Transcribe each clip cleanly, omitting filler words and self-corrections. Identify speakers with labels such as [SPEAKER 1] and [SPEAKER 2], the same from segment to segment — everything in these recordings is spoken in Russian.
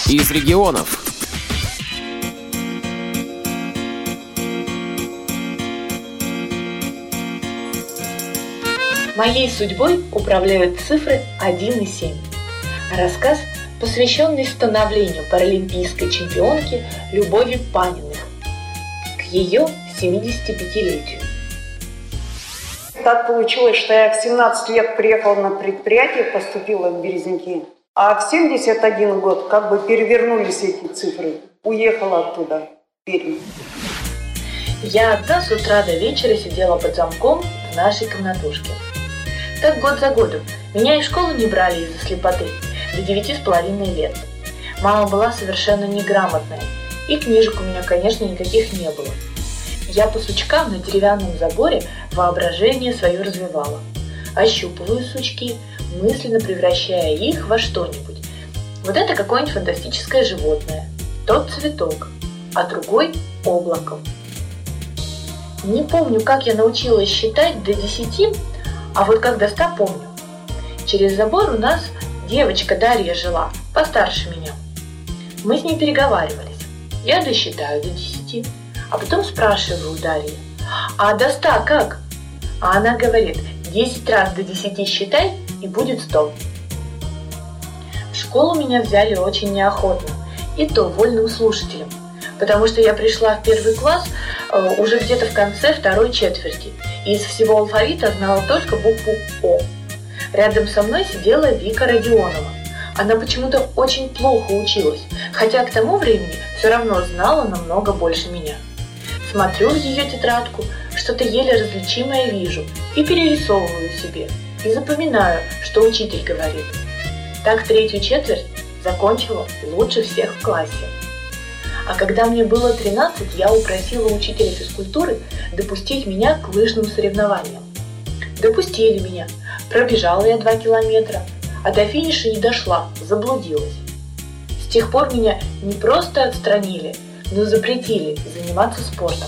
[SPEAKER 1] из регионов.
[SPEAKER 2] Моей судьбой управляют цифры 1 и 7. Рассказ, посвященный становлению паралимпийской чемпионки Любови Паниных к ее 75-летию.
[SPEAKER 3] Так получилось, что я в 17 лет приехала на предприятие, поступила в Березники. А в 71 год как бы перевернулись эти цифры. Уехала оттуда, в Пермь.
[SPEAKER 2] Я одна с утра до вечера сидела под замком в нашей комнатушке. Так год за годом. Меня из школы не брали из-за слепоты до 9,5 лет. Мама была совершенно неграмотная, и книжек у меня, конечно, никаких не было. Я по сучкам на деревянном заборе воображение свое развивала. Ощупываю сучки, мысленно превращая их во что-нибудь. Вот это какое-нибудь фантастическое животное, тот цветок, а другой – облаком. Не помню, как я научилась считать до 10, а вот как до 100 помню. Через забор у нас девочка Дарья жила, постарше меня. Мы с ней переговаривались. Я досчитаю до 10, а потом спрашиваю у Дарьи: а до 100 как? А она говорит: 10 раз до 10 считай, и будет 100. В школу меня взяли очень неохотно, и то вольным слушателем, потому что я пришла в первый класс уже где-то в конце второй четверти, и из всего алфавита знала только букву О. Рядом со мной сидела Вика Родионова. Она почему-то очень плохо училась, хотя к тому времени все равно знала намного больше меня. Смотрю в ее тетрадку, что-то еле различимое вижу, и перерисовываю себе, и запоминаю, что учитель говорит. Так третью четверть закончила лучше всех в классе. А когда мне было 13, я упросила учителя физкультуры допустить меня к лыжным соревнованиям. Допустили меня. Пробежала я 2 километра, а до финиша не дошла, заблудилась. С тех пор меня не просто отстранили, но запретили заниматься спортом.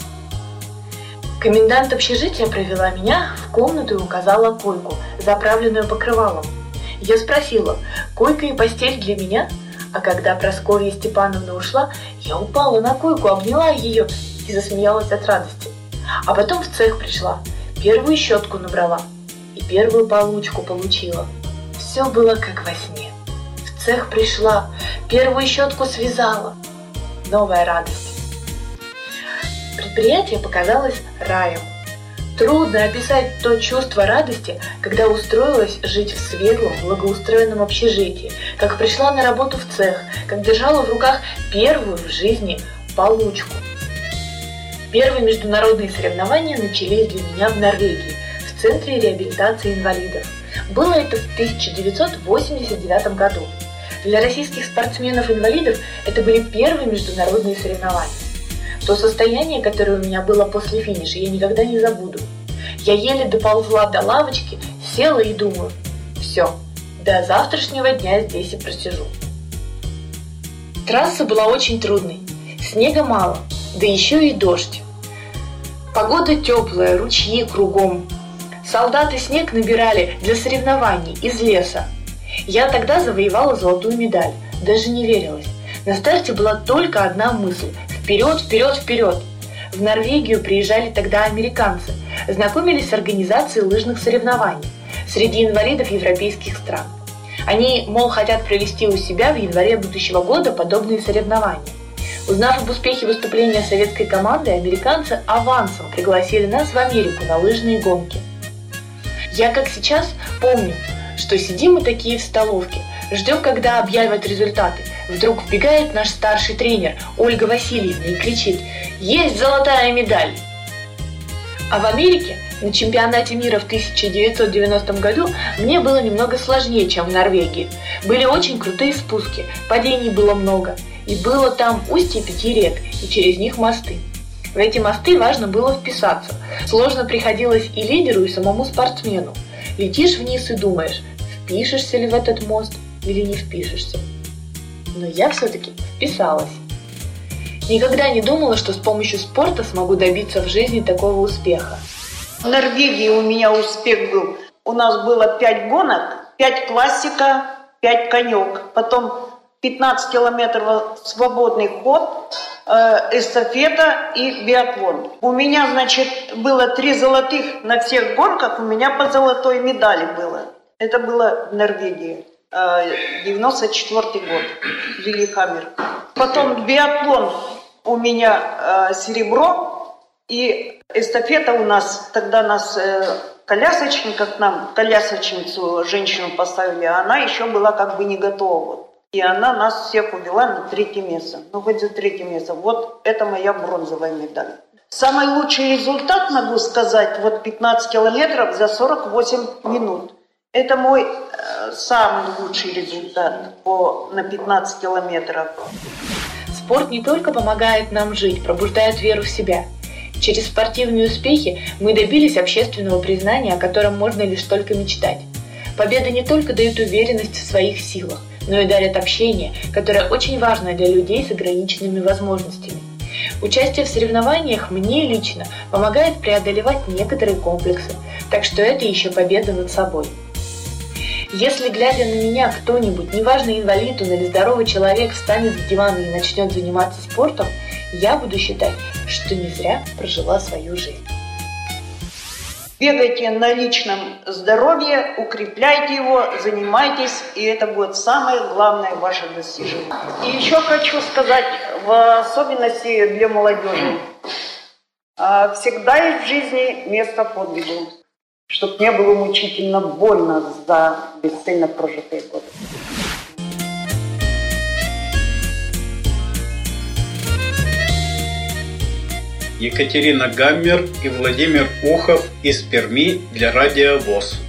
[SPEAKER 2] Комендант общежития провела меня в комнату и указала койку, заправленную покрывалом. Я спросила: койка и постель для меня? А когда Прасковья Степановна ушла, я упала на койку, обняла ее и засмеялась от радости. А потом в цех пришла, первую щетку набрала и первую получку получила. Все было как во сне. В цех пришла, первую щетку связала. Новая радость. Предприятие показалось раем. Трудно описать то чувство радости, когда устроилась жить в светлом, благоустроенном общежитии, как пришла на работу в цех, как держала в руках первую в жизни получку. Первые международные соревнования начались для меня в Норвегии, в Центре реабилитации инвалидов. Было это в 1989 году. Для российских спортсменов-инвалидов это были первые международные соревнования. То состояние, которое у меня было после финиша, я никогда не забуду. Я еле доползла до лавочки, села и думаю: все, до завтрашнего дня здесь и просижу. Трасса была очень трудной, снега мало, да еще и дождь. Погода теплая, ручьи кругом. Солдаты снег набирали для соревнований из леса. Я тогда завоевала золотую медаль, даже не верилось. На старте была только одна мысль: вперед, вперед, вперед. В Норвегию приезжали тогда американцы, знакомились с организацией лыжных соревнований среди инвалидов европейских стран. Они, мол, хотят провести у себя в январе будущего года подобные соревнования. Узнав об успехе выступления советской команды, американцы авансом пригласили нас в Америку на лыжные гонки. Я как сейчас помню, что сидим мы такие в столовке, ждем, когда объявят результаты. Вдруг вбегает наш старший тренер Ольга Васильевна и кричит: «Есть золотая медаль!» А в Америке на чемпионате мира в 1990 году мне было немного сложнее, чем в Норвегии. Были очень крутые спуски, падений было много, и было там устье 5 рек, и через них мосты. В эти мосты важно было вписаться. Сложно приходилось и лидеру, и самому спортсмену. Летишь вниз и думаешь, впишешься ли в этот мост или не впишешься. Но я все-таки вписалась. Никогда не думала, что с помощью спорта смогу добиться в жизни такого успеха.
[SPEAKER 3] В Норвегии у меня успех был. У нас было 5 гонок, 5 классика, 5 конек. Потом 15 километров свободный ход, эстафета и биатлон. У меня, значит, было 3 золотых на всех гонках, у меня по золотой медали было. Это было в Норвегии, 94 год, Лилихаммер. Потом биатлон у меня серебро, и эстафета у нас, тогда нас колясочника к нам, колясочницу женщину поставили, а она еще была как бы не готова. И она нас всех увела на 3-е место. Ну, хоть за 3-е место. Вот это моя бронзовая медаль. Самый лучший результат, могу сказать, вот 15 километров за 48 минут. Это мой самый лучший результат на 15 километров.
[SPEAKER 2] Спорт не только помогает нам жить, пробуждает веру в себя. Через спортивные успехи мы добились общественного признания, о котором можно лишь только мечтать. Победы не только дают уверенность в своих силах, но и дарят общение, которое очень важно для людей с ограниченными возможностями. Участие в соревнованиях мне лично помогает преодолевать некоторые комплексы, так что это еще победа над собой. Если, глядя на меня, кто-нибудь, неважно инвалид он или здоровый человек, встанет с дивана и начнет заниматься спортом, я буду считать, что не зря прожила свою жизнь.
[SPEAKER 3] Бегайте на личном здоровье, укрепляйте его, занимайтесь, и это будет самое главное ваше достижение. И еще хочу сказать, в особенности для молодежи, всегда есть в жизни место подвигу, чтобы не было мучительно больно за бесцельно прожитые годы.
[SPEAKER 1] Екатерина Гаммер и Владимир Ухов из Перми для Радио ВОС.